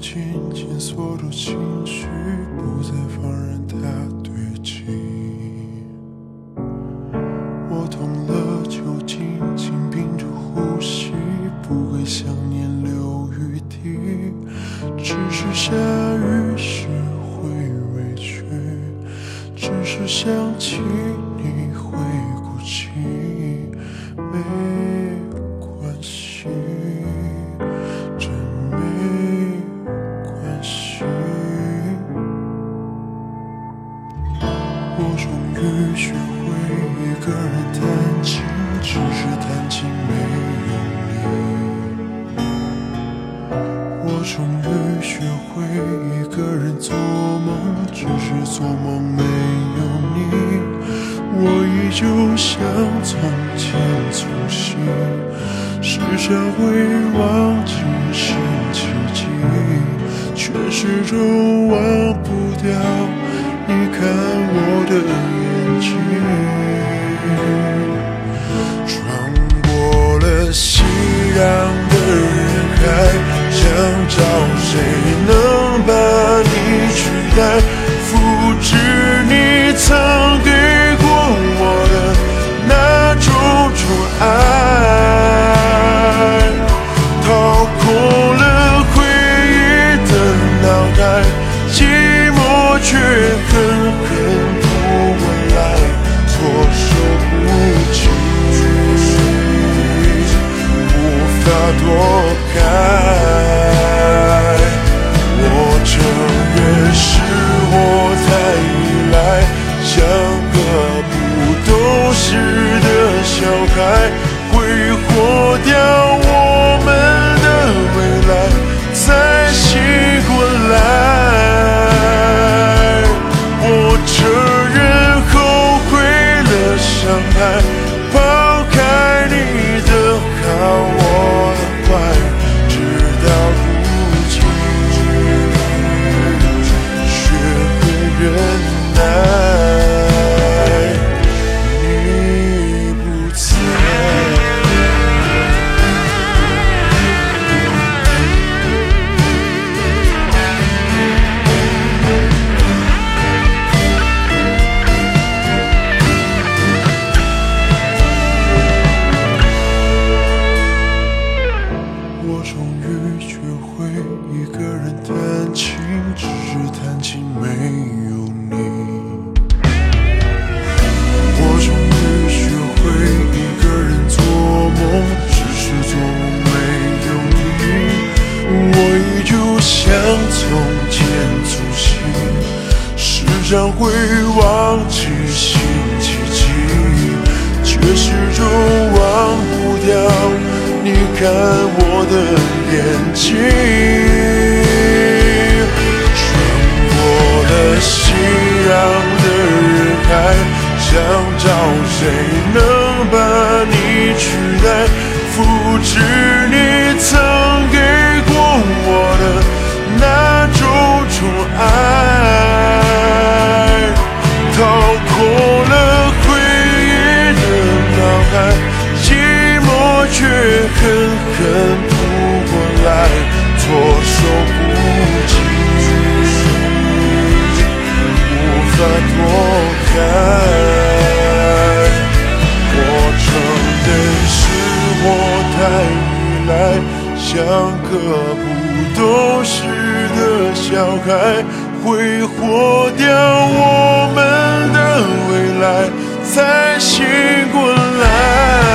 渐渐锁住情绪，不再放任它堆积。我痛了就紧紧屏住呼吸，不给想念留余地。只是下雨时会委屈，只是想起你会哭泣。没关系，真没关系。我终于学会一个人弹琴，只是弹琴没有你。我终于学会一个人做梦，只是做梦没有你。我依旧像从前粗心，时常会忘记星期几，却始终忘不掉你看我的眼睛。穿过了熙攘的人海，想找谁能把你取代，复制你曾给过我的那种爱，掏空了回忆的脑袋，寂寞却狠狠扑过来，措手不及，无法躲开。我承认是我太依赖，像个不懂事的小孩，挥霍掉我们的未来，才醒过来。我承认后悔了伤害，抛开你的好我的坏，直到如今学会忍耐。你不在，我终于学会一个人弹琴，只是弹琴没有你。我终于学会一个人做梦，只是做梦没有你。我依旧像从前粗心，时常会忘记星期几，却始终忘不掉你看我的眼睛。穿过了熙攘的人海，想找谁能把你取代，复制你曾给过我的那种爱，掏空了回忆的脑海，寂寞却狠狠扑过来，措手不及，无法躲开。我承认是我太依赖，像个不懂事的小孩，挥霍掉我们的未来，才醒过来。